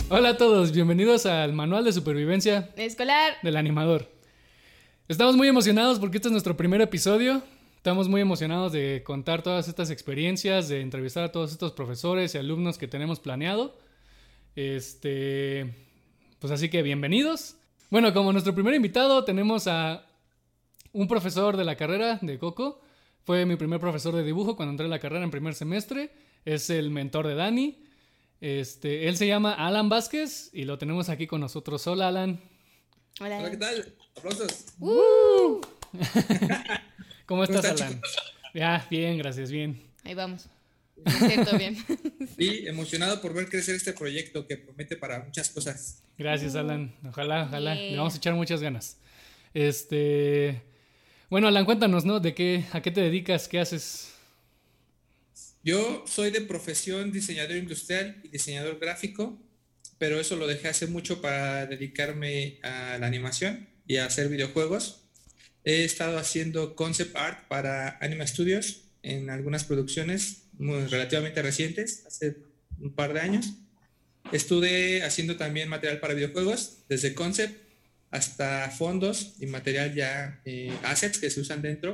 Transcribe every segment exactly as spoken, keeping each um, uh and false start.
Hola a todos, bienvenidos al Manual de Supervivencia Escolar del Animador. Estamos muy emocionados porque este es nuestro primer episodio. Estamos muy emocionados de contar todas estas experiencias, de entrevistar a todos estos profesores y alumnos que tenemos planeado. Este, pues así que bienvenidos. Bueno, como nuestro primer invitado tenemos a un profesor de la carrera de Coco. Fue mi primer profesor de dibujo cuando entré a la carrera en primer semestre. Es el mentor de Dani. Este, él se llama Alan Vázquez y lo tenemos aquí con nosotros. Hola, Alan. Hola, Hola ¿qué tal? Aplausos. Uh. ¿Cómo estás, ¿Cómo están, Alan? Ya, bien, gracias, bien. Ahí vamos. Me siento bien. Sí, emocionado por ver crecer este proyecto que promete para muchas cosas. Gracias, Alan. Ojalá, ojalá. Yeah. Le vamos a echar muchas ganas. Este, bueno, Alan, cuéntanos, ¿no? ¿De qué, a qué te dedicas? ¿Qué haces? Yo soy de profesión diseñador industrial y diseñador gráfico, pero eso lo dejé hace mucho para dedicarme a la animación y a hacer videojuegos. He estado haciendo concept art para Anima Studios en algunas producciones muy, relativamente recientes, hace un par de años. Estuve haciendo también material para videojuegos, desde concept hasta fondos y material ya eh, assets que se usan dentro.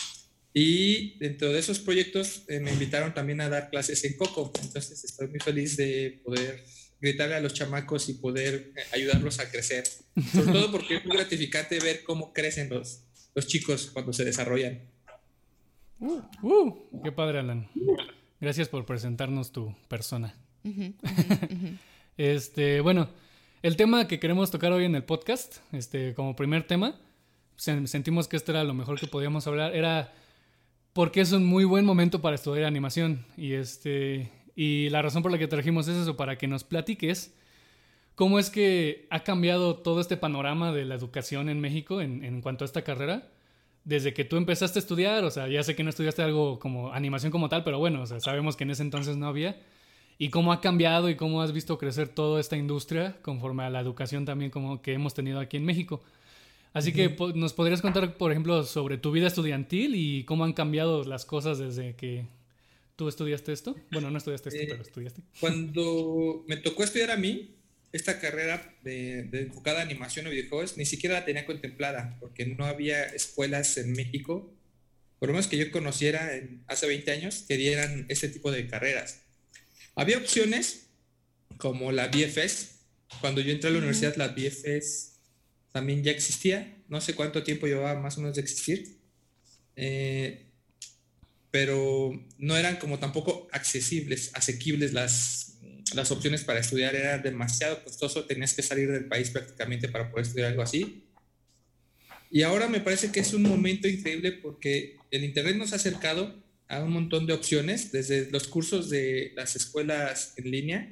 Y dentro de esos proyectos eh, me invitaron también a dar clases en Coco, entonces estoy muy feliz de poder gritarle a los chamacos y poder eh, ayudarlos a crecer, sobre todo porque es muy gratificante ver cómo crecen los, los chicos cuando se desarrollan. Uh, uh, qué padre, Alan. Gracias por presentarnos tu persona. Uh-huh, uh-huh, uh-huh. Este, bueno, el tema que queremos tocar hoy en el podcast, este, como primer tema, sentimos que este era lo mejor que podíamos hablar, era porque es un muy buen momento para estudiar animación. Y, este, y la razón por la que trajimos es eso, para que nos platiques cómo es que ha cambiado todo este panorama de la educación en México en, en cuanto a esta carrera, desde que tú empezaste a estudiar. O sea, ya sé que no estudiaste algo como animación como tal, pero bueno, o sea, sabemos que en ese entonces no había. Y cómo ha cambiado y cómo has visto crecer toda esta industria conforme a la educación también como que hemos tenido aquí en México. Así uh-huh. que po- nos podrías contar, por ejemplo, sobre tu vida estudiantil y cómo han cambiado las cosas desde que tú estudiaste esto. Bueno, no estudiaste esto, eh, pero estudiaste. Cuando me tocó estudiar a mí, esta carrera de, de enfocada a animación o videojuegos, ni siquiera la tenía contemplada, porque no había escuelas en México, por lo menos que yo conociera en, hace veinte años, que dieran este tipo de carreras. Había opciones como la B F S. Cuando yo entré a la uh-huh. universidad, la B F S también ya existía. No sé cuánto tiempo llevaba más o menos de existir. Eh, pero no eran como tampoco accesibles, asequibles las, las opciones para estudiar. Era demasiado costoso. Tenías que salir del país prácticamente para poder estudiar algo así. Y ahora me parece que es un momento increíble porque el internet nos ha acercado a un montón de opciones, desde los cursos de las escuelas en línea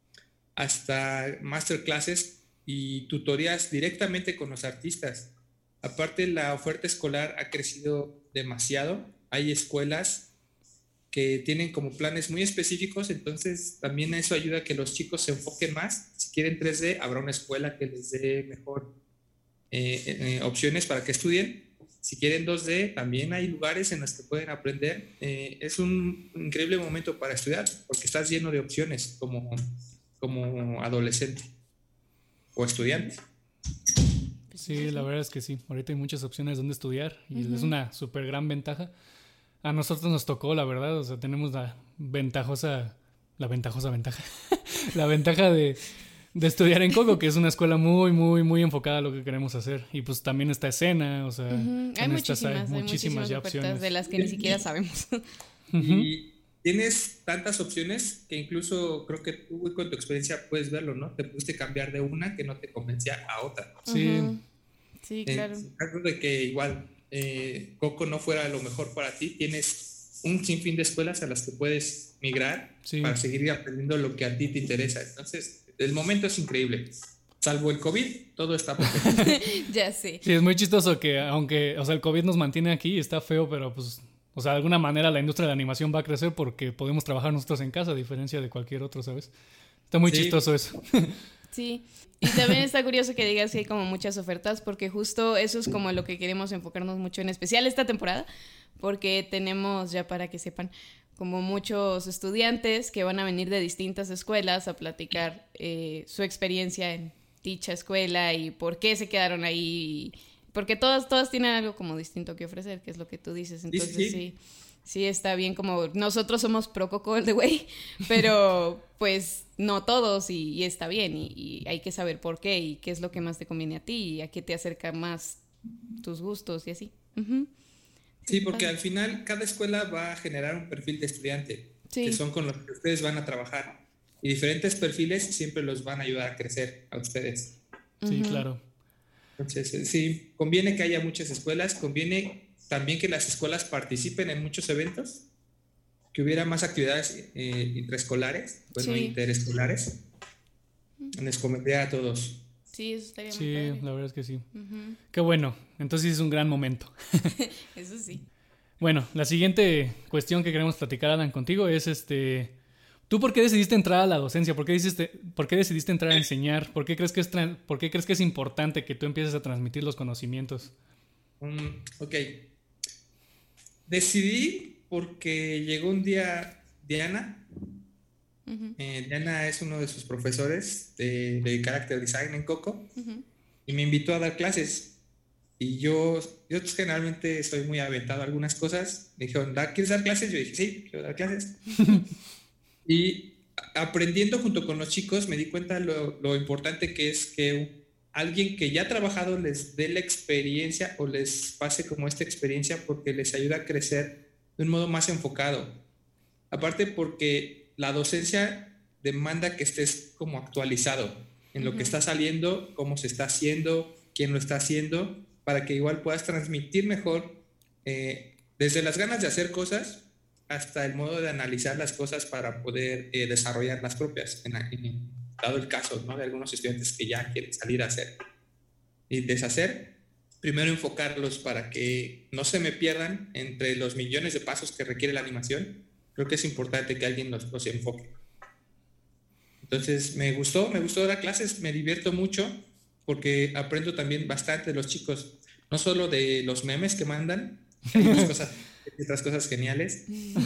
hasta masterclasses y tutorías directamente con los artistas. Aparte, la oferta escolar ha crecido demasiado. Hay escuelas que tienen como planes muy específicos, entonces también eso ayuda a que los chicos se enfoquen más. Si quieren tres D, habrá una escuela que les dé mejor eh, eh, opciones para que estudien. Si quieren dos D, también hay lugares en los que pueden aprender. Eh, es un increíble momento para estudiar porque estás lleno de opciones como, como adolescente o estudiante. Sí, la verdad es que sí. Ahorita hay muchas opciones donde estudiar y uh-huh. es una súper gran ventaja. A nosotros nos tocó, la verdad, o sea, tenemos la ventajosa, la ventajosa ventaja, la ventaja de... de estudiar en Coco, que es una escuela muy, muy, muy enfocada a lo que queremos hacer. Y pues también está escena, o sea... Uh-huh. Hay, muchísimas, hay, hay muchísimas ya opciones. De las que ni siquiera sabemos. Y tienes tantas opciones que incluso creo que tú con tu experiencia puedes verlo, ¿no? Te pudiste cambiar de una que no te convencía a otra. Sí. Uh-huh. Sí, claro. En caso de que igual eh, Coco no fuera lo mejor para ti, tienes un sinfín de escuelas a las que puedes migrar sí. para seguir aprendiendo lo que a ti te interesa. Entonces... el momento es increíble. Salvo el COVID, todo está perfecto. Ya sé. Sí, es muy chistoso que aunque, o sea, el COVID nos mantiene aquí y está feo, pero pues, o sea, de alguna manera la industria de la animación va a crecer porque podemos trabajar nosotros en casa, a diferencia de cualquier otro, ¿sabes? Está muy sí. chistoso eso. Sí. Y también está curioso que digas que hay como muchas ofertas, porque justo eso es como lo que queremos enfocarnos mucho, en especial esta temporada, porque tenemos, ya para que sepan, como muchos estudiantes que van a venir de distintas escuelas a platicar eh, su experiencia en dicha escuela y por qué se quedaron ahí, y porque todas, todas tienen algo como distinto que ofrecer, que es lo que tú dices, entonces sí, sí. sí. Sí, está bien, como nosotros somos pro Coco all the way, pero pues no todos y, y está bien y, y hay que saber por qué y qué es lo que más te conviene a ti y a qué te acerca más tus gustos y así. Uh-huh. Sí, porque al final cada escuela va a generar un perfil de estudiante, sí. que son con los que ustedes van a trabajar y diferentes perfiles siempre los van a ayudar a crecer a ustedes. Sí, uh-huh. claro. Entonces, sí, conviene que haya muchas escuelas, conviene también que las escuelas participen en muchos eventos, que hubiera más actividades eh, intraescolares, bueno, sí. interescolares. Les convendría a todos. Sí, eso estaría sí, muy padre. Sí, la verdad es que sí. Uh-huh. Qué bueno, entonces es un gran momento. Eso sí. Bueno, la siguiente cuestión que queremos platicar, Alan, contigo es este... ¿Tú por qué decidiste entrar a la docencia? ¿Por qué decidiste, por qué decidiste entrar a enseñar? ¿Por qué crees que es, tra- por qué crees que es importante que tú empieces a transmitir los conocimientos? Um, ok. Decidí porque llegó un día Diana. Uh-huh. Eh, Diana es uno de sus profesores de, de Character Design en Coco. Uh-huh. Y me invitó a dar clases. Y yo, yo generalmente soy muy aventado a algunas cosas. Me dijeron, ¿quieres dar clases? Yo dije, sí, quiero dar clases. Y aprendiendo junto con los chicos me di cuenta lo, lo importante que es que alguien que ya ha trabajado les dé la experiencia o les pase como esta experiencia porque les ayuda a crecer de un modo más enfocado. Aparte porque la docencia demanda que estés como actualizado en lo uh-huh. que está saliendo, cómo se está haciendo, quién lo está haciendo, para que igual puedas transmitir mejor eh, desde las ganas de hacer cosas hasta el modo de analizar las cosas para poder eh, desarrollar las propias, en, en, dado el caso, ¿no?, de algunos estudiantes que ya quieren salir a hacer y deshacer. Primero enfocarlos para que no se me pierdan entre los millones de pasos que requiere la animación. Creo que es importante que alguien los, los enfoque. Entonces me gustó, me gustó dar clases, me divierto mucho porque aprendo también bastante de los chicos, no solo de los memes que mandan, que hay otras cosas, otras cosas geniales,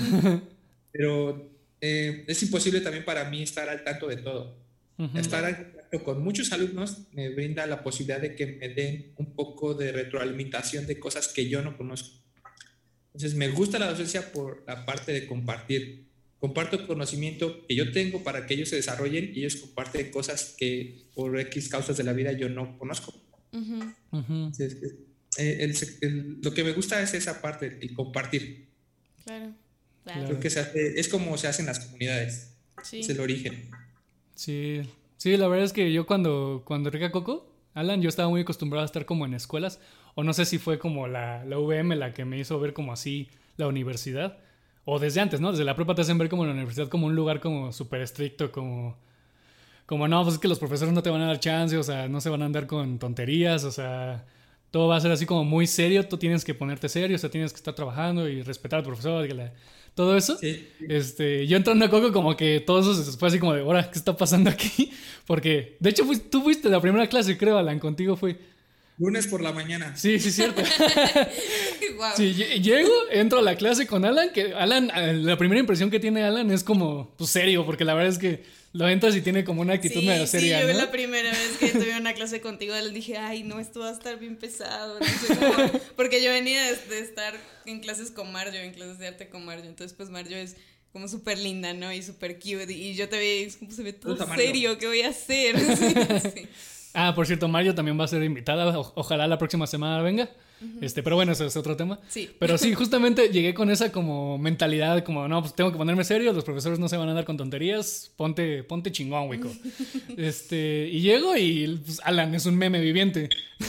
pero eh, es imposible también para mí estar al tanto de todo. Uh-huh. Estar al tanto con muchos alumnos me brinda la posibilidad de que me den un poco de retroalimentación de cosas que yo no conozco. Entonces me gusta la docencia por la parte de compartir. Comparto el conocimiento que yo tengo para que ellos se desarrollen y ellos comparten cosas que por X causas de la vida yo no conozco. Uh-huh. Uh-huh. Entonces, eh, el, el, lo que me gusta es esa parte, el compartir. Claro, claro. Creo que se hace, es como se hacen las comunidades. Sí. Es el origen. Sí, sí, la verdad es que yo cuando, cuando llegué a Coco, Alan, yo estaba muy acostumbrado a estar como en escuelas, o no sé si fue como la, la U V M la que me hizo ver como así la universidad, o desde antes, ¿no? Desde la prepa te hacen ver como la universidad como un lugar como súper estricto, como, como no, pues es que los profesores no te van a dar chance, o sea, no se van a andar con tonterías, o sea, todo va a ser así como muy serio, tú tienes que ponerte serio, o sea, tienes que estar trabajando y respetar al profesor, y la, todo eso. Sí. Este, yo entrando a Coco como que todo eso fue así como de, ahora, ¿qué está pasando aquí? Porque, de hecho, fuiste, tú fuiste la primera clase, creo, Alan, contigo fue... Lunes por la mañana. Sí, sí, cierto. Wow. Sí, llego, entro a la clase con Alan, que Alan, la primera impresión que tiene Alan es como, pues, serio, porque la verdad es que lo entras y tiene como una actitud sí, medio seria, sí, yo ¿no? la primera vez que tuve una clase contigo, le dije, ay, no, esto va a estar bien pesado, no sé cómo, porque yo venía de, de estar en clases con Marjo, en clases de arte con Marjo, entonces, pues, Marjo es como súper linda, ¿no? Y súper cute, y yo te veía, como se ve todo serio, ¿qué voy a hacer? Sí, sí. Ah, por cierto, Mario también va a ser invitada. O- ojalá la próxima semana venga. Uh-huh. Este, pero bueno, eso es otro tema. Sí. Pero sí, justamente llegué con esa como mentalidad, como, no, pues tengo que ponerme serio, los profesores no se van a dar con tonterías, ponte, ponte chingón, Wico. Este, y llego y pues, Alan es un meme viviente.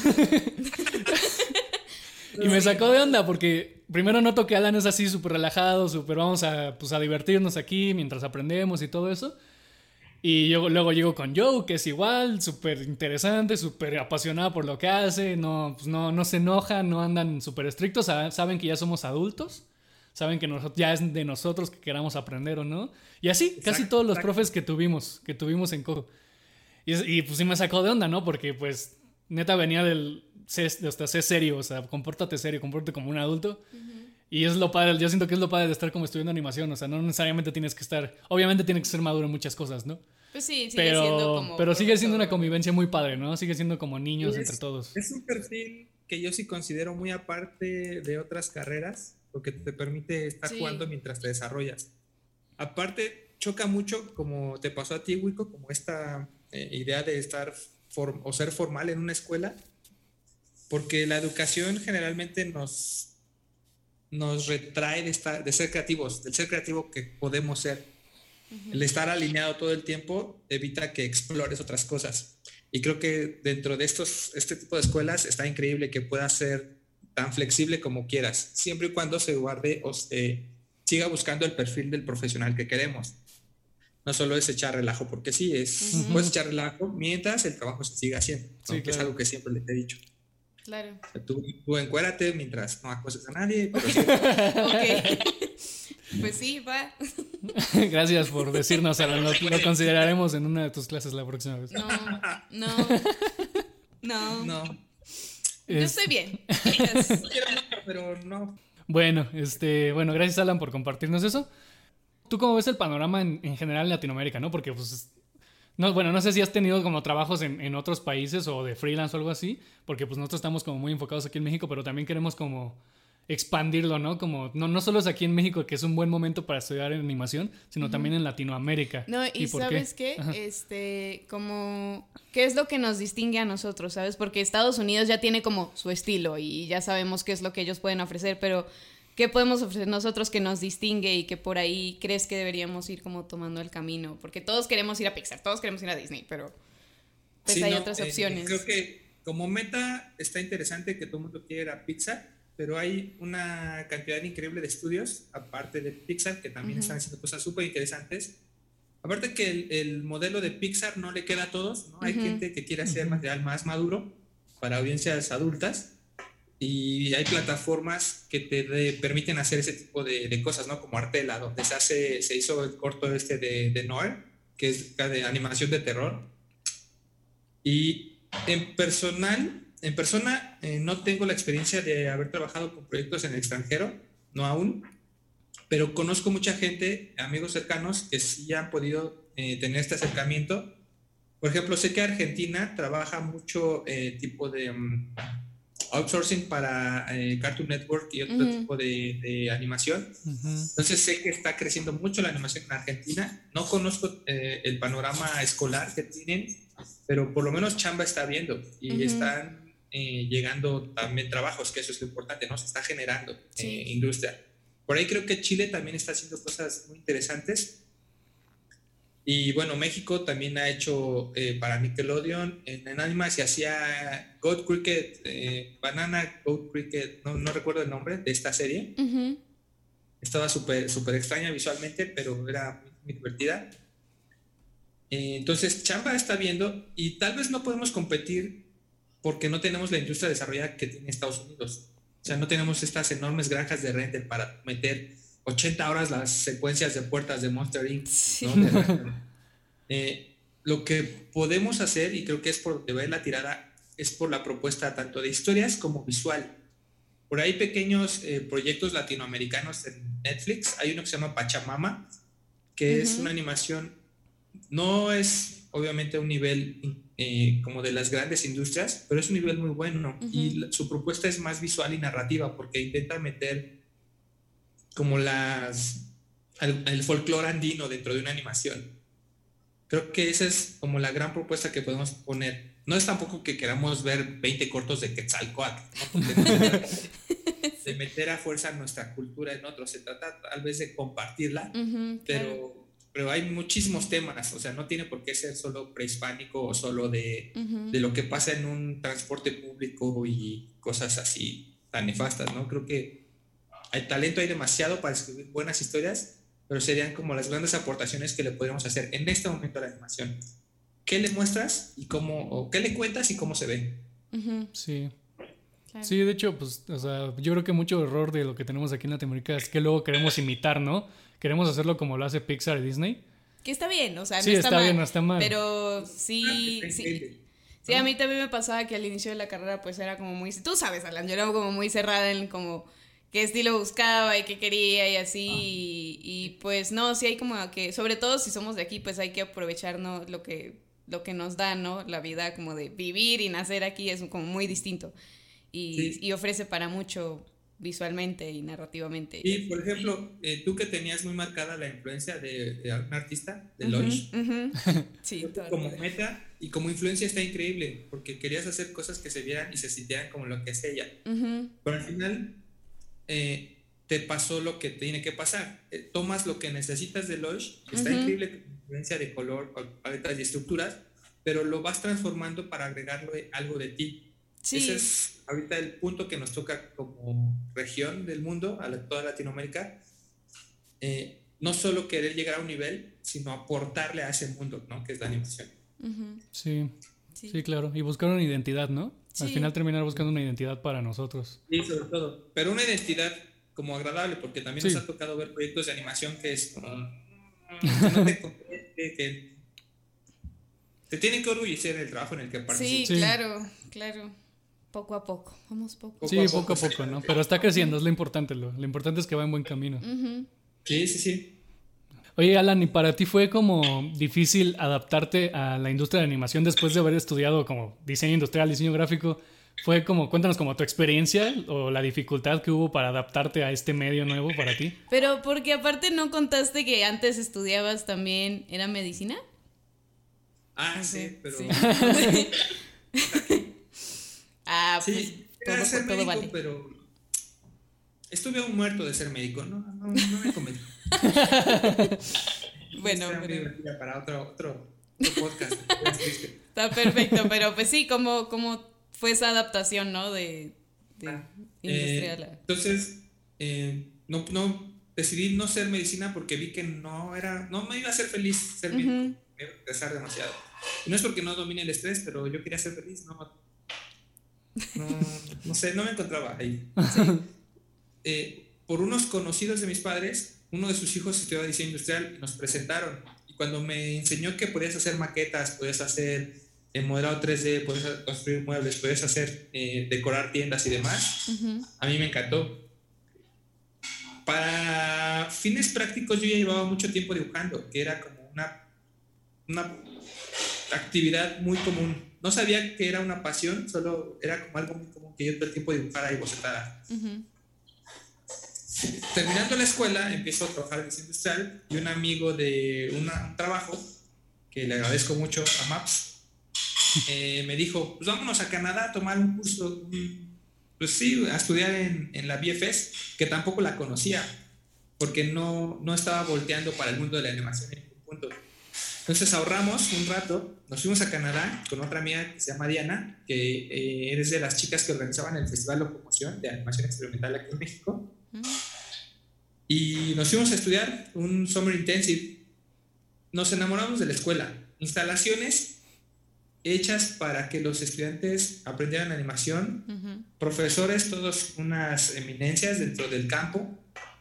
Y me sacó de onda porque primero noto que Alan es así súper relajado, súper vamos a, pues, a divertirnos aquí mientras aprendemos y todo eso. Y yo luego llego con Joe, que es igual, súper interesante, súper apasionado por lo que hace, no, pues no, no se enoja, no andan súper estrictos, saben que ya somos adultos, saben que nosotros, ya es de nosotros que queramos aprender o no. Y así, exacto, casi todos los exacto. profes que tuvimos, que tuvimos en Coco. Y, y pues sí me sacó de onda, ¿no? Porque pues neta venía del, sé, hasta sé serio, o sea, compórtate serio, compórtate como un adulto. Uh-huh. Y es lo padre, yo siento que es lo padre de estar como estudiando animación, o sea, no necesariamente tienes que estar, obviamente tienes que ser maduro en muchas cosas, ¿no? Pues sí, sigue pero, siendo como... Pero sigue siendo una convivencia muy padre, ¿no? Sigue siendo como niños es, entre todos. Es un perfil que yo sí considero muy aparte de otras carreras, porque te permite estar sí. jugando mientras te desarrollas. Aparte, choca mucho, como te pasó a ti, Wico, como esta eh, idea de estar form- o ser formal en una escuela, porque la educación generalmente nos, nos retrae de, estar, de ser creativos, del ser creativo que podemos ser. Uh-huh. El estar alineado todo el tiempo evita que explores otras cosas. Y creo que dentro de estos, este tipo de escuelas está increíble que puedas ser tan flexible como quieras, siempre y cuando se guarde o se siga buscando el perfil del profesional que queremos. No solo es echar relajo, porque sí, es, uh-huh. puedes echar relajo mientras el trabajo se siga haciendo, ¿no? Sí, claro. Que es algo que siempre les he dicho. Claro. O sea, tú, tú encuérate mientras no acoses a nadie. Pero sí. Ok. Pues sí, va. Gracias por decirnos, Alan. Lo, lo consideraremos en una de tus clases la próxima vez. No, no, no. No. Yo es... estoy bien. No quiero mucho, pero no. Bueno, este, bueno, gracias, Alan, por compartirnos eso. ¿Tú cómo ves el panorama en, en general en Latinoamérica, no? Porque, pues, no, bueno, no sé si has tenido como trabajos en, en otros países o de freelance o algo así, porque pues nosotros estamos como muy enfocados aquí en México, pero también queremos como expandirlo, ¿no? Como no, no solo es aquí en México, que es un buen momento para estudiar en animación, sino uh-huh. también en Latinoamérica. No, y, ¿Y ¿sabes qué? qué? Este, como, ¿qué es lo que nos distingue a nosotros, sabes? Porque Estados Unidos ya tiene como su estilo y ya sabemos qué es lo que ellos pueden ofrecer, pero ¿qué podemos ofrecer nosotros que nos distingue y que por ahí crees que deberíamos ir como tomando el camino? Porque todos queremos ir a Pixar, todos queremos ir a Disney, pero pues sí, hay no, otras eh, opciones. Creo que como meta está interesante que todo el mundo quiera ir a Pixar, pero hay una cantidad increíble de estudios, aparte de Pixar, que también uh-huh. están haciendo cosas súper interesantes. Aparte que el, el modelo de Pixar no le queda a todos, ¿no? Uh-huh. Hay gente que quiere hacer uh-huh. material más maduro para audiencias adultas. Y hay plataformas que te de, permiten hacer ese tipo de, de cosas, ¿no? Como Artela, donde se, hace, se hizo el corto este de, de Noir, que es de animación de terror. Y en personal, en persona, eh, no tengo la experiencia de haber trabajado con proyectos en el extranjero, no aún, pero conozco mucha gente, amigos cercanos, que sí han podido eh, tener este acercamiento. Por ejemplo, sé que Argentina trabaja mucho eh, tipo de... Um, outsourcing para eh, Cartoon Network y otro uh-huh. tipo de, de animación. Uh-huh. Entonces sé que está creciendo mucho la animación en Argentina. No conozco eh, el panorama escolar que tienen, pero por lo menos chamba está viendo y uh-huh. están eh, llegando también trabajos, que eso es lo importante, ¿no? Se está generando sí. eh, industria. Por ahí creo que Chile también está haciendo cosas muy interesantes. Y bueno, México también ha hecho eh, para Nickelodeon, en, en Anima se hacía Goat Cricket, eh, Banana Goat Cricket, no, no recuerdo el nombre de esta serie. Uh-huh. Estaba súper súper extraña visualmente, pero era muy, muy divertida. Eh, entonces, chamba está viendo y tal vez no podemos competir porque no tenemos la industria desarrollada que tiene Estados Unidos. O sea, no tenemos estas enormes granjas de render para meter ochenta horas las secuencias de puertas de Monster incorporated, sí. ¿no? De, eh, lo que podemos hacer, y creo que es por donde va la tirada, es por la propuesta tanto de historias como visual. Por ahí pequeños eh, proyectos latinoamericanos en Netflix. Hay uno que se llama Pachamama, que uh-huh. es una animación, no es obviamente un nivel eh, como de las grandes industrias, pero es un nivel muy bueno. Uh-huh. Y la, su propuesta es más visual y narrativa, porque intenta meter como las el, el folclore andino dentro de una animación. Creo que esa es como la gran propuesta que podemos poner. No es tampoco que queramos ver veinte cortos de Quetzalcóatl, ¿no? Porque de meter a fuerza nuestra cultura en otros. Se trata tal vez de compartirla, uh-huh, pero, claro. pero hay muchísimos temas. O sea, no tiene por qué ser solo prehispánico o solo de, uh-huh. de lo que pasa en un transporte público y cosas así tan nefastas, ¿no? Creo que hay talento, hay demasiado para escribir buenas historias, pero serían como las grandes aportaciones que le podríamos hacer en este momento a la animación. ¿Qué le muestras y cómo, o qué le cuentas y cómo se ve? Uh-huh. Sí. Claro. Sí, de hecho, pues, o sea, yo creo que mucho error de lo que tenemos aquí en Latinoamérica es que luego queremos imitar, ¿no? Queremos hacerlo como lo hace Pixar y Disney. Que está bien, o sea, no sí, está, está mal. bien, no está mal. Pero sí, sí. Sí, a mí también me pasaba que al inicio de la carrera pues era como muy... Tú sabes, Alan, yo era como muy cerrada en como... qué estilo buscaba y qué quería y así, y, y pues no, sí hay como que, sobre todo si somos de aquí, pues hay que aprovechar, ¿no? lo que, lo que nos da, ¿no? La vida como de vivir y nacer aquí es como muy distinto y, Sí. y ofrece para mucho visualmente y narrativamente. Y, por ejemplo, eh, tú que tenías muy marcada la influencia de, de un artista, de Ujú, Loish, ujú. Sí, todo. como meta y como influencia está increíble, porque querías hacer cosas que se vieran y se sintieran como lo que es ella. Ujú, Pero al final eh, te pasó lo que tiene que pasar. Eh, tomas lo que necesitas de Loish, que está Ujú. increíble, con influencia de color, paletas y estructuras, pero lo vas transformando para agregarle algo de ti. Sí. Ese es ahorita el punto que nos toca como región del mundo, a la, toda Latinoamérica. Eh, no solo querer llegar a un nivel, sino aportarle a ese mundo, ¿no? Que es la animación. Ujú. Sí, Sí. sí, claro. Y buscar una identidad, ¿no? Al Sí. final terminar buscando una identidad para nosotros. Y sobre todo, pero una identidad como agradable, porque también Sí. nos ha tocado ver proyectos de animación que es como, que no te comprende, que te tiene que orgullecer el trabajo en el que Sí, participas. Sí. claro, claro. Poco a poco, vamos poco. Poco Sí, a poco a poco, poco, ¿no? Pero está creciendo, es lo importante. Lo, lo importante es que va en buen camino. Ujú. Sí, sí, sí. Oye, Alan, ¿y para ti fue como difícil adaptarte a la industria de animación después de haber estudiado como diseño industrial, diseño gráfico? Fue como, cuéntanos como tu experiencia o la dificultad que hubo para adaptarte a este medio nuevo para ti. Pero porque aparte no contaste que antes estudiabas también, ¿era medicina? Ah, Ok, sí, pero... sí. Ah, pues Sí, era todo, ser todo médico, vale. pero estuve a un muerto de ser médico, no, no, no me convenció. Bueno, Esta pero era para otro, otro, otro podcast. Es triste. está perfecto, pero pues sí, ¿cómo, cómo fue esa adaptación, ¿no? De, de Ah, industrial eh, a... entonces, eh, no, no, decidí no ser medicina porque vi que no era, no me iba a hacer feliz ser Ujú. médico, me iba a estresar demasiado. Y no es porque no domine el estrés, pero yo quería ser feliz, no, no, no sé, no me encontraba ahí. Eh, por unos conocidos de mis padres, uno de sus hijos estudiaba diseño industrial y nos presentaron. Y cuando me enseñó que podías hacer maquetas, podías hacer eh, modelado tres D, podías construir muebles, podías hacer eh, decorar tiendas y demás, Ujú. a mí me encantó. Para fines prácticos yo ya llevaba mucho tiempo dibujando, que era como una, una actividad muy común. No sabía que era una pasión, solo era como algo muy común que yo todo el tiempo dibujara y bocetara. Ujú. Terminando la escuela, empiezo a trabajar en diseño industrial y un amigo de una, un trabajo, que le agradezco mucho a Maps, eh, me dijo, pues vámonos a Canadá a tomar un curso, un, pues sí, a estudiar en, en la B F S, que tampoco la conocía, porque no, no estaba volteando para el mundo de la animación en ningún punto. Entonces ahorramos un rato, nos fuimos a Canadá con otra amiga que se llama Diana, que eh, es de las chicas que organizaban el Festival Locomoción de Animación Experimental aquí en México. Ujú. Y nos fuimos a estudiar un Summer Intensive. Nos enamoramos de la escuela. Instalaciones hechas para que los estudiantes aprendieran animación. Ujú. Profesores, todos unas eminencias dentro del campo.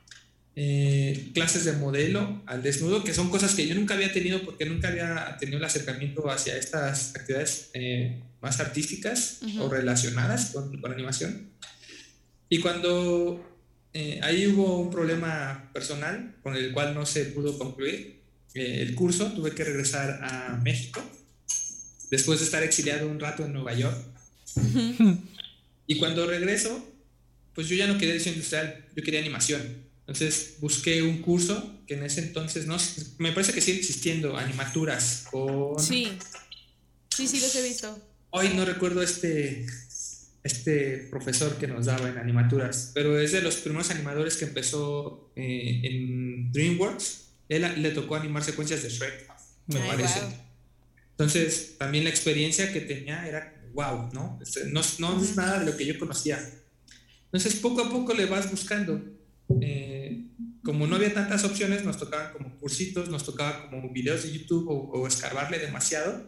Eh, clases de modelo al desnudo, que son cosas que yo nunca había tenido porque nunca había tenido el acercamiento hacia estas actividades eh, más artísticas Ujú. o relacionadas con, con animación. Y cuando eh, ahí hubo un problema personal con el cual no se pudo concluir eh, el curso, tuve que regresar a México después de estar exiliado un rato en Nueva York. Ujú. Y cuando regreso, pues yo ya no quería diseño industrial, yo quería animación. Entonces busqué un curso que en ese entonces, no, me parece que sigue existiendo, Animaturas, con... Sí, sí, sí los he visto. Hoy no recuerdo este, este profesor que nos daba en Animaturas, pero es de los primeros animadores que empezó eh, en DreamWorks. Él le tocó animar secuencias de Shrek, me Ay, parece. wow. Entonces, también la experiencia que tenía era wow, ¿no? Este, no, no Ujú. es nada de lo que yo conocía. Entonces, poco a poco le vas buscando. Eh, como no había tantas opciones, nos tocaban como cursitos, nos tocaba como videos de YouTube o, o escarbarle demasiado,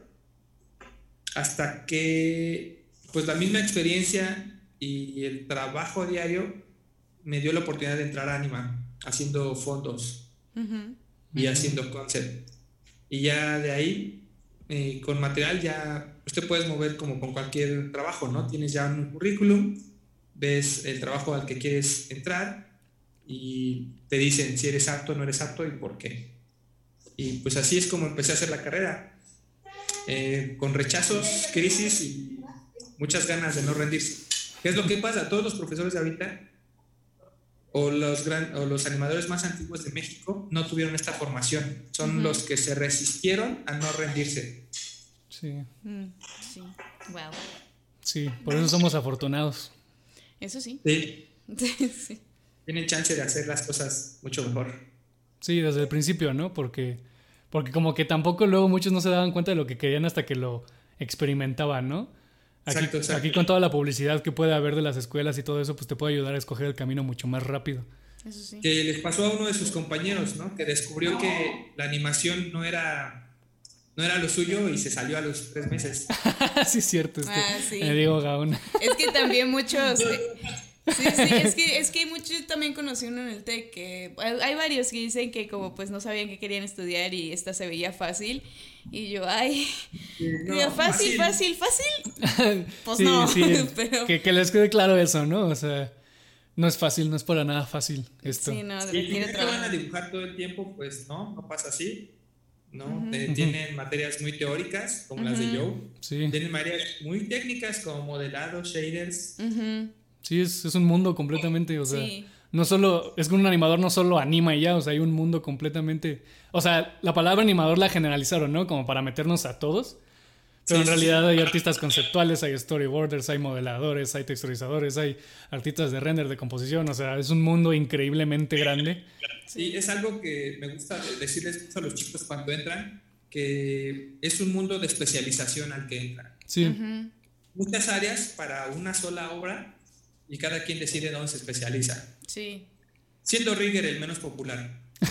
hasta que pues la misma experiencia y el trabajo diario me dio la oportunidad de entrar a Anima, haciendo fondos Ujú. y haciendo concept. Y ya de ahí, eh, con material ya usted puedes mover como con cualquier trabajo, ¿no? Tienes ya un currículum ves el trabajo al que quieres entrar y te dicen si eres apto o no eres apto y por qué. Y pues así es como empecé a hacer la carrera, eh, con rechazos, crisis y muchas ganas de no rendirse. ¿Qué es lo que pasa? Todos los profesores de ahorita o los, gran, o los animadores más antiguos de México no tuvieron esta formación. Son uh-huh. los que se resistieron a no rendirse. Sí. Mm, sí, wow. Sí, por eso somos afortunados. Eso sí. Sí. Sí. Tienen chance de hacer las cosas mucho mejor. Sí, desde el principio, ¿no? Porque, porque como que tampoco luego muchos no se daban cuenta de lo que querían hasta que lo experimentaban, ¿no? Aquí, exacto, exacto. Aquí con toda la publicidad que puede haber de las escuelas y todo eso, pues te puede ayudar a escoger el camino mucho más rápido. Eso sí. Que les pasó a uno de sus compañeros, ¿no? Que descubrió que la animación no era, no era lo suyo y se salió a los tres meses. Sí, es cierto. Este, ah, sí. Me digo Gaón. Es que también muchos... Sí, sí, es que, es que muchos, yo también conocí uno en el TEC que hay, hay varios que dicen que como pues no sabían qué querían estudiar y esta se veía fácil y yo, ay, no, digo, fácil, fácil, fácil, fácil. Pues sí, no, sí, pero... que, que les quede claro eso, ¿no? O sea, no es fácil, no es para nada fácil esto. Sí, no, sí, y que van a dibujar todo el tiempo, pues no, no pasa así. ¿No? Uh-huh. Eh, tienen uh-huh. materias muy teóricas como uh-huh. las de Joe. Sí. Tienen materias muy técnicas como modelado, shaders. Uh-huh. Sí, es, es un mundo completamente, o sea, sí. no solo, es que un animador no solo anima y ya, o sea, hay un mundo completamente, o sea, la palabra animador la generalizaron, ¿no? Como para meternos a todos, pero sí, en realidad sí. hay artistas conceptuales, hay storyboarders, hay modeladores, hay texturizadores, hay artistas de render, de composición, o sea, es un mundo increíblemente grande. Sí, es algo que me gusta decirles a los chicos cuando entran, que es un mundo de especialización al que entran. Sí. Uh-huh. Muchas áreas para una sola obra y cada quien decide dónde se especializa. Sí. Siendo rigger el menos popular.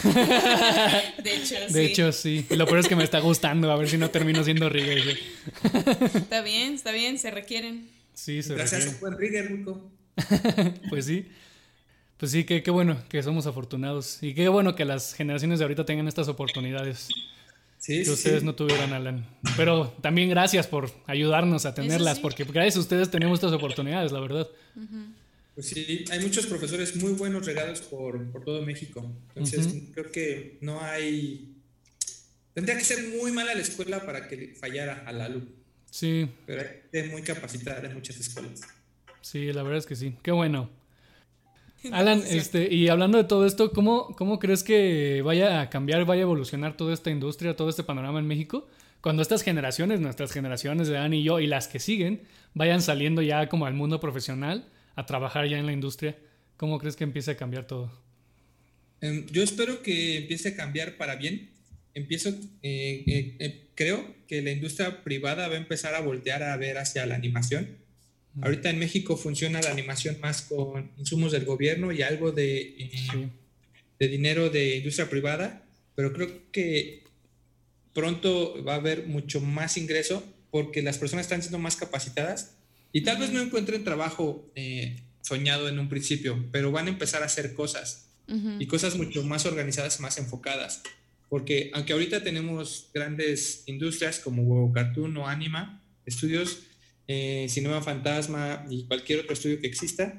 De hecho, sí. De hecho, sí. Y lo peor es que me está gustando, a ver si no termino siendo rigger. Está bien, está bien, se requieren. Sí, se Gracias requieren. a un buen rigger, Ruco. Pues sí. Pues sí, qué, qué bueno que somos afortunados. Y qué bueno que las generaciones de ahorita tengan estas oportunidades. Sí, que sí, ustedes sí. no tuvieron, Alan. Pero también gracias por ayudarnos a tenerlas, sí. porque gracias a ustedes tenemos estas oportunidades, la verdad. Uh-huh. Pues sí, hay muchos profesores muy buenos regados por, por todo México. Entonces, uh-huh. creo que no hay... Tendría que ser muy mala la escuela para que fallara al alumno. Sí. Pero hay gente muy capacitada en muchas escuelas. Sí, la verdad es que sí. Qué bueno. Alan, este, y hablando de todo esto, ¿cómo, ¿cómo crees que vaya a cambiar, vaya a evolucionar toda esta industria, todo este panorama en México? Cuando estas generaciones, nuestras generaciones de Dan y yo y las que siguen, vayan saliendo ya como al mundo profesional, a trabajar ya en la industria, ¿cómo crees que empiece a cambiar todo? Um, yo espero que empiece a cambiar para bien. Empiezo, eh, eh, eh, creo que la industria privada va a empezar a voltear a ver hacia la animación. Ahorita en México funciona la animación más con insumos del gobierno y algo de, eh, sí. de dinero de industria privada, pero creo que pronto va a haber mucho más ingreso porque las personas están siendo más capacitadas y tal uh-huh. vez no encuentren trabajo eh, soñado en un principio, pero van a empezar a hacer cosas uh-huh. y cosas mucho más organizadas, más enfocadas. Porque aunque ahorita tenemos grandes industrias como Huevo Cartoon o Anima, estudios... Eh, Cinema Fantasma y cualquier otro estudio que exista,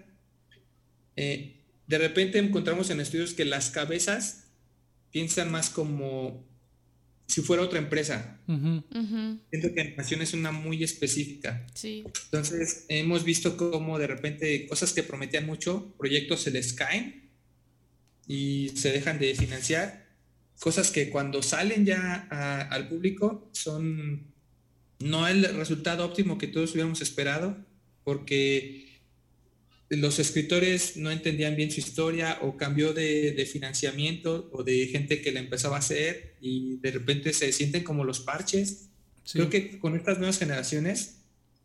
eh, de repente encontramos en estudios que las cabezas piensan más como si fuera otra empresa. Uh-huh. Uh-huh. Siento que animación es una muy específica. Sí. Entonces hemos visto cómo de repente cosas que prometían mucho, proyectos se les caen y se dejan de financiar, cosas que cuando salen ya a, al público son... no el resultado óptimo que todos hubiéramos esperado, porque los escritores no entendían bien su historia o cambió de, de financiamiento o de gente que la empezaba a hacer y de repente se sienten como los parches. Sí. Creo que con estas nuevas generaciones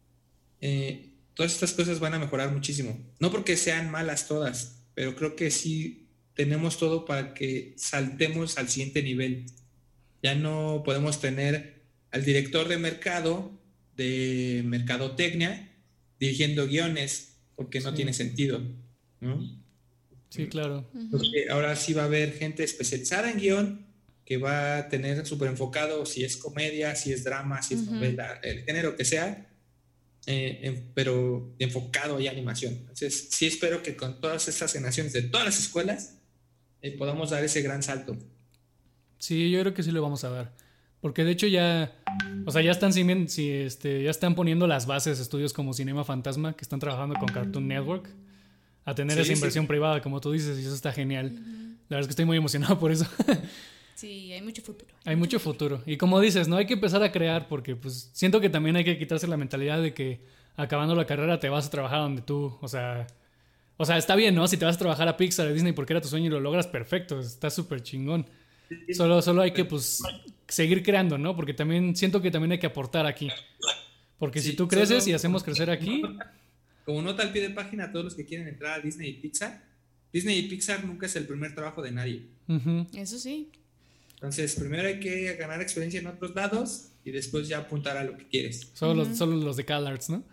eh, todas estas cosas van a mejorar muchísimo. No porque sean malas todas, pero creo que sí tenemos todo para que saltemos al siguiente nivel. Ya no podemos tener al director de mercado, de mercadotecnia, dirigiendo guiones, porque no sí. tiene sentido, ¿no? Sí, claro. Porque ahora sí va a haber gente especializada en guión, que va a tener súper enfocado si es comedia, si es drama, si es uh-huh. novela, el género que sea, eh, en, pero enfocado ahí a animación. Entonces, sí espero que con todas estas generaciones de todas las escuelas eh, podamos dar ese gran salto. Sí, yo creo que sí lo vamos a dar. Porque de hecho ya, o sea, ya están, si, este, ya están poniendo las bases estudios como Cinema Fantasma, que están trabajando con Cartoon Network, a tener sí, esa inversión sí. privada, como tú dices, y eso está genial. Uh-huh. La verdad es que estoy muy emocionado por eso. Sí, hay mucho futuro. Hay mucho futuro. Y como dices, no hay que empezar a crear, porque pues siento que también hay que quitarse la mentalidad de que acabando la carrera te vas a trabajar donde tú, o sea... O sea, está bien, ¿no? Si te vas a trabajar a Pixar, a Disney, porque era tu sueño y lo logras, perfecto, está súper chingón. Solo, solo hay que, pues, seguir creando, ¿no? Porque también siento que también hay que aportar aquí. Porque sí, si tú creces solo, y hacemos crecer aquí... Como nota al pie de página a todos los que quieren entrar a Disney y Pixar, Disney y Pixar nunca es el primer trabajo de nadie. Uh-huh. Eso sí. Entonces, primero hay que ganar experiencia en otros lados y después ya apuntar a lo que quieres. Solo, uh-huh. los, solo los de CalArts, ¿no?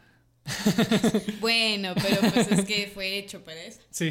Bueno, pero pues es que fue hecho para eso. Sí.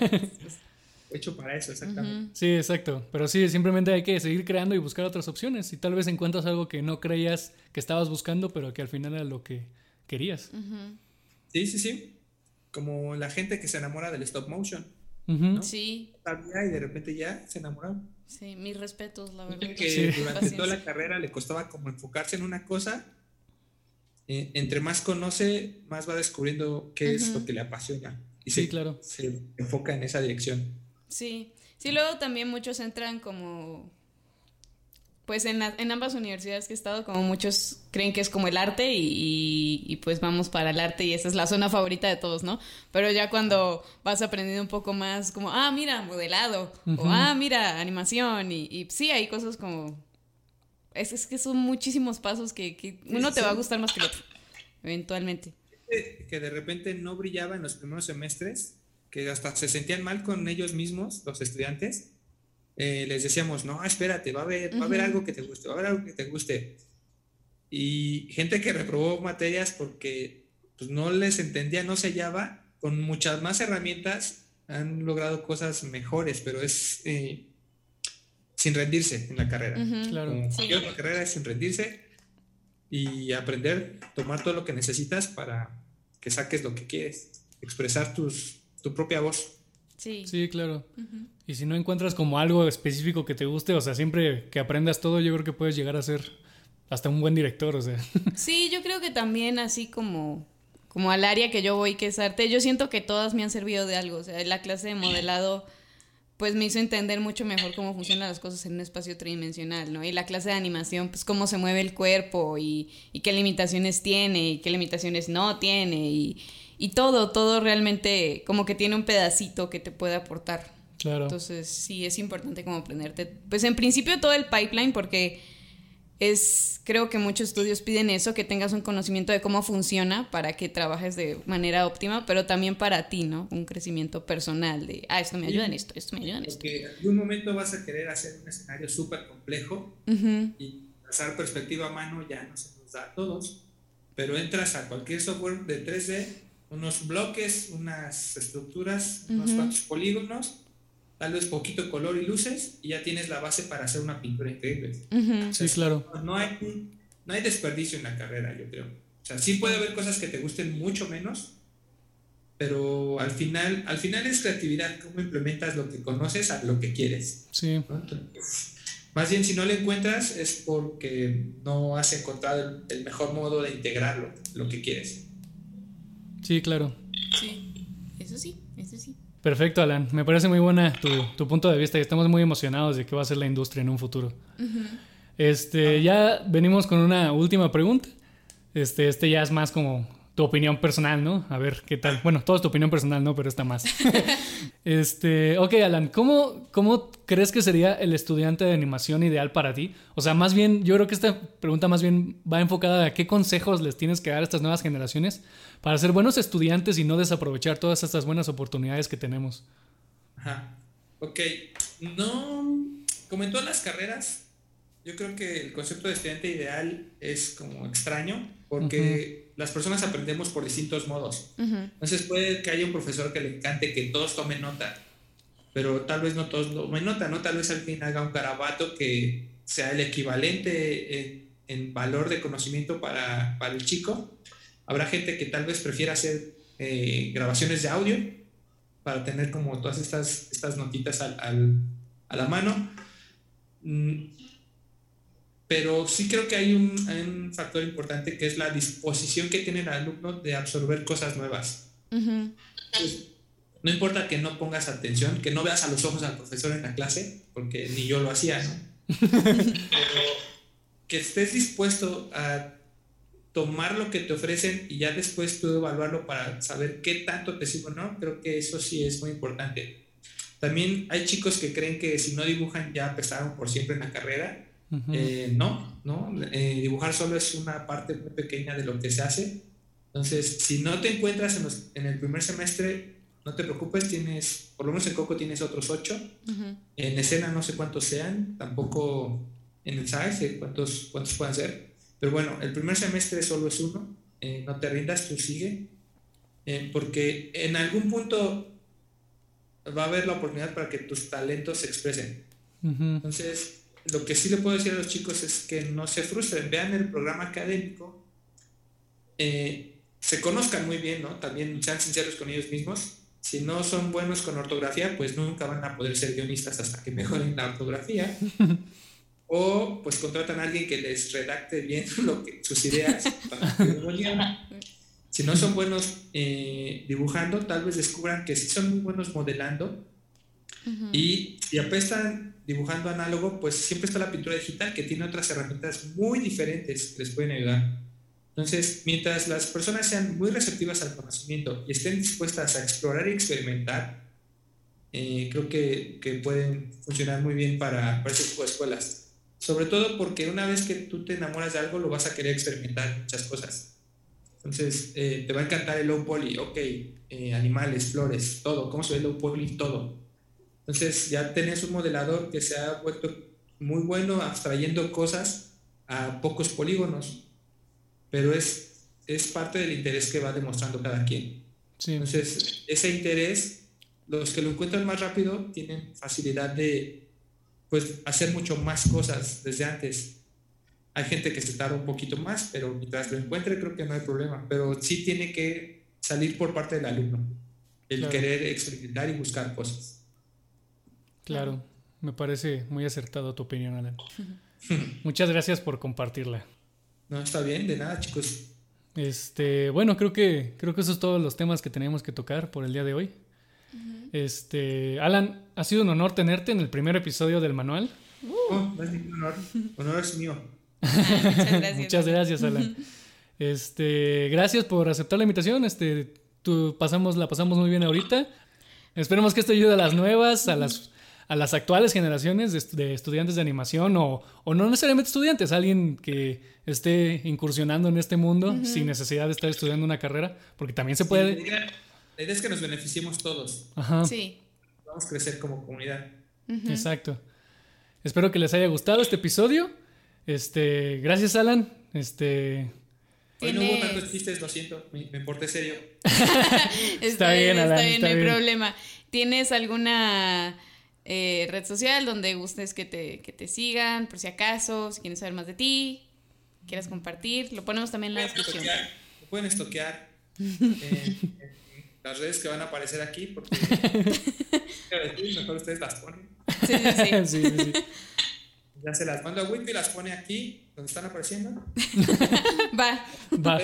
Hecho para eso, exactamente. Uh-huh. Sí, exacto. Pero sí, simplemente hay que seguir creando y buscar otras opciones. Y tal vez encuentras algo que no creías que estabas buscando, pero que al final era lo que querías. Uh-huh. Sí, sí, sí. Como la gente que se enamora del stop motion. Uh-huh. ¿no? Sí. Sabía y de repente ya se enamoraron. Sí, mis respetos, la verdad. Que sí. durante Paciencia. toda la carrera le costaba como enfocarse en una cosa. Eh, entre más conoce, más va descubriendo qué uh-huh. es lo que le apasiona. Y sí, se, claro. se enfoca en esa dirección. Sí. Sí, luego también muchos entran como... Pues en, la, en ambas universidades que he estado, como muchos creen que es como el arte y, y, y pues vamos para el arte y esa es la zona favorita de todos, ¿no? Pero ya cuando vas aprendiendo un poco más como, ah, mira, modelado, uh-huh. o ah, mira, animación y, y sí, hay cosas como... Es, es que son muchísimos pasos que, que uno sí, te sí. va a gustar más que el otro, eventualmente. Que de repente no brillaba en los primeros semestres, que hasta se sentían mal con ellos mismos, los estudiantes. Eh, les decíamos, no, espérate, va a haber, uh-huh. va a haber algo que te guste, va a haber algo que te guste. Y gente que reprobó materias porque pues, no les entendía, no se hallaba, con muchas más herramientas han logrado cosas mejores, pero es eh, sin rendirse en la carrera. Uh-huh. Claro. Como sí. yo, la carrera es sin rendirse y aprender, tomar todo lo que necesitas para que saques lo que quieres, expresar tus, tu propia voz. Sí, sí, claro. Uh-huh. Y si no encuentras como algo específico que te guste, o sea, siempre que aprendas todo, yo creo que puedes llegar a ser hasta un buen director, o sea. Sí, yo creo que también así como, como al área que yo voy, que es arte, yo siento que todas me han servido de algo. O sea, la clase de modelado pues me hizo entender mucho mejor cómo funcionan las cosas en un espacio tridimensional, ¿no? Y la clase de animación, pues cómo se mueve el cuerpo y, y qué limitaciones tiene y qué limitaciones no tiene y... Y todo, todo realmente como que tiene un pedacito que te puede aportar. Claro. Entonces sí, es importante como aprenderte, pues en principio todo el pipeline, porque es, creo que muchos estudios piden eso, que tengas un conocimiento de cómo funciona para que trabajes de manera óptima, pero también para ti, ¿no? Un crecimiento personal de, ah, esto me ayuda en esto, esto me ayuda en esto. Porque en algún momento vas a querer hacer un escenario súper complejo uh-huh. y trazar perspectiva a mano ya no se nos da a todos, pero entras a cualquier software de tres D, unos bloques, unas estructuras, uh-huh. unos cuantos polígonos, tal vez poquito color y luces, y ya tienes la base para hacer una pintura increíble. Uh-huh. O sea, sí, claro. No, no, hay, no hay desperdicio en la carrera, yo creo. O sea, sí puede haber cosas que te gusten mucho menos, pero al final, al final es creatividad, cómo implementas lo que conoces a lo que quieres. Sí. ¿no? Entonces, más bien, si no lo encuentras, es porque no has encontrado el, el mejor modo de integrarlo, lo que quieres. Sí, claro. Sí, eso sí, eso sí. Perfecto, Alan. Me parece muy buena tu, tu punto de vista y estamos muy emocionados de qué va a ser la industria en un futuro. Uh-huh. Este, ya venimos con una última pregunta. Este, este ya es más como tu opinión personal, ¿no? A ver qué tal. Bueno, todo es tu opinión personal, ¿no? Pero esta más. este, ok, Alan, ¿cómo, ¿cómo crees que sería el estudiante de animación ideal para ti? O sea, más bien, yo creo que esta pregunta más bien va enfocada a qué consejos les tienes que dar a estas nuevas generaciones para ser buenos estudiantes y no desaprovechar todas estas buenas oportunidades que tenemos. Ajá. Ok. No, como en todas las carreras, yo creo que el concepto de estudiante ideal es como extraño porque uh-huh. las personas aprendemos por distintos modos. Uh-huh. Entonces puede que haya un profesor que le encante que todos tomen nota, pero tal vez no todos tomen nota, ¿no? Tal vez al fin haga un garabato que sea el equivalente en, en valor de conocimiento para, para el chico, Habrá gente que tal vez prefiera hacer eh, grabaciones de audio para tener como todas estas, estas notitas al, al, a la mano. Mm, pero sí creo que hay un, hay un factor importante que es la disposición que tiene el alumno de absorber cosas nuevas. Uh-huh. Entonces, no importa que no pongas atención, que no veas a los ojos al profesor en la clase, porque ni yo lo hacía, ¿no? Pero que estés dispuesto a tomar lo que te ofrecen y ya después tú evaluarlo para saber qué tanto te sirve o no, creo que eso sí es muy importante. También hay chicos que creen que si no dibujan ya empezaron por siempre en la carrera. Uh-huh. eh, no, no eh, dibujar solo es una parte muy pequeña de lo que se hace. Entonces, si no te encuentras en, los, en el primer semestre, no te preocupes, tienes, por lo menos en Coco tienes otros ocho. Uh-huh. En escena no sé cuántos sean, tampoco en ensayo cuántos, cuántos puedan ser. Pero bueno, el primer semestre solo es uno, eh, no te rindas, tú sigue, eh, porque en algún punto va a haber la oportunidad para que tus talentos se expresen. Uh-huh. Entonces, lo que sí le puedo decir a los chicos es que no se frustren, vean el programa académico, eh, se conozcan muy bien, ¿no? También sean sinceros con ellos mismos. Si no son buenos con ortografía, pues nunca van a poder ser guionistas hasta que mejoren la ortografía. O pues contratan a alguien que les redacte bien lo que, sus ideas para que un guion. Si no son buenos eh, dibujando, tal vez descubran que sí son muy buenos modelando. Uh-huh. Y si apestan dibujando análogo, pues siempre está la pintura digital, que tiene otras herramientas muy diferentes que les pueden ayudar. Entonces, mientras las personas sean muy receptivas al conocimiento y estén dispuestas a explorar y experimentar, eh, creo que, que pueden funcionar muy bien para, para ese tipo de escuelas. Sobre todo porque una vez que tú te enamoras de algo, lo vas a querer experimentar muchas cosas. Entonces, eh, te va a encantar el low poly, ok, eh, animales, flores, todo, cómo se ve el low poly, todo. Entonces, ya tenés un modelador que se ha vuelto muy bueno abstrayendo cosas a pocos polígonos, pero es, es parte del interés que va demostrando cada quien. Sí. Entonces, ese interés, los que lo encuentran más rápido tienen facilidad de pues, hacer mucho más cosas desde antes. Hay gente que se tarda un poquito más, pero mientras lo encuentre creo que no hay problema. Pero sí tiene que salir por parte del alumno, el claro. querer experimentar y buscar cosas. Claro, me parece muy acertado tu opinión, Alan. Muchas gracias por compartirla. No, está bien, de nada, chicos. Este, bueno, creo que creo que esos son todos los temas que teníamos que tocar por el día de hoy. Uh-huh. Este, Alan, ha sido un honor tenerte en el primer episodio del manual. Uh. Oh, no es ningún honor, honor es mío. Muchas gracias. Muchas gracias, Alan. Este, gracias por aceptar la invitación. Este, tú pasamos la pasamos muy bien ahorita. Esperemos que esto ayude a las nuevas, a las a las actuales generaciones de, de estudiantes de animación o, o no necesariamente estudiantes, alguien que esté incursionando en este mundo uh-huh. sin necesidad de estar estudiando una carrera, porque también se puede... Sí, la, idea, la idea es que nos beneficiemos todos. Ajá. Sí. Vamos a crecer como comunidad. Uh-huh. Exacto. Espero que les haya gustado este episodio. Este, gracias, Alan. Este... Hoy no hubo tantos chistes, lo siento, me, me porté serio. está, está bien, Alan, está bien, está no hay bien. problema. ¿Tienes alguna... Eh, red social donde gustes que te, que te sigan, por si acaso, si quieren saber más de ti, quieras compartir, lo ponemos también en la descripción. Lo pueden estoquear en, en las redes que van a aparecer aquí, porque mejor ustedes las ponen. Sí, sí, sí. sí, sí, sí. Ya se las mando a Wimpy y las pone aquí, donde están apareciendo. Va. Va.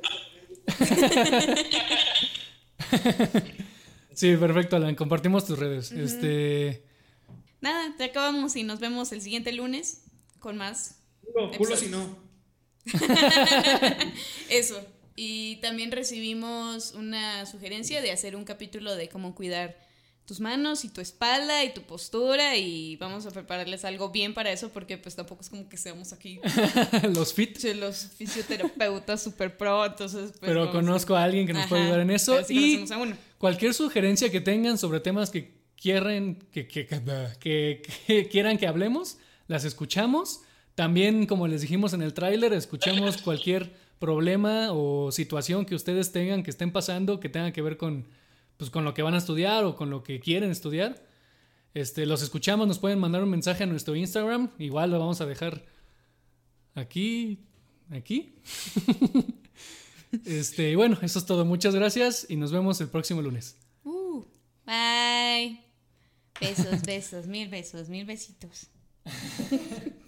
Sí, perfecto, Alan. Compartimos tus redes. Uh-huh. Este... Nada, te acabamos y nos vemos el siguiente lunes con más. Culo, culo si no. Eso. Y también recibimos una sugerencia de hacer un capítulo de cómo cuidar tus manos y tu espalda y tu postura, y vamos a prepararles algo bien para eso, porque pues tampoco es como que seamos aquí los fit sí, los fisioterapeutas super pro, entonces pues, pero conozco a, a alguien que nos Ajá, puede ayudar en eso, y cualquier sugerencia que tengan sobre temas que quieran que, que, que, que, que quieran que hablemos, las escuchamos. También, como les dijimos en el tráiler, escuchamos cualquier problema o situación que ustedes tengan, que estén pasando, que tenga que ver con, pues, con lo que van a estudiar o con lo que quieren estudiar. Este, los escuchamos, nos pueden mandar un mensaje a nuestro Instagram. Igual lo vamos a dejar aquí, aquí. Este, y bueno, eso es todo. Muchas gracias y nos vemos el próximo lunes. Uh, bye. Besos, besos, mil besos, mil besitos.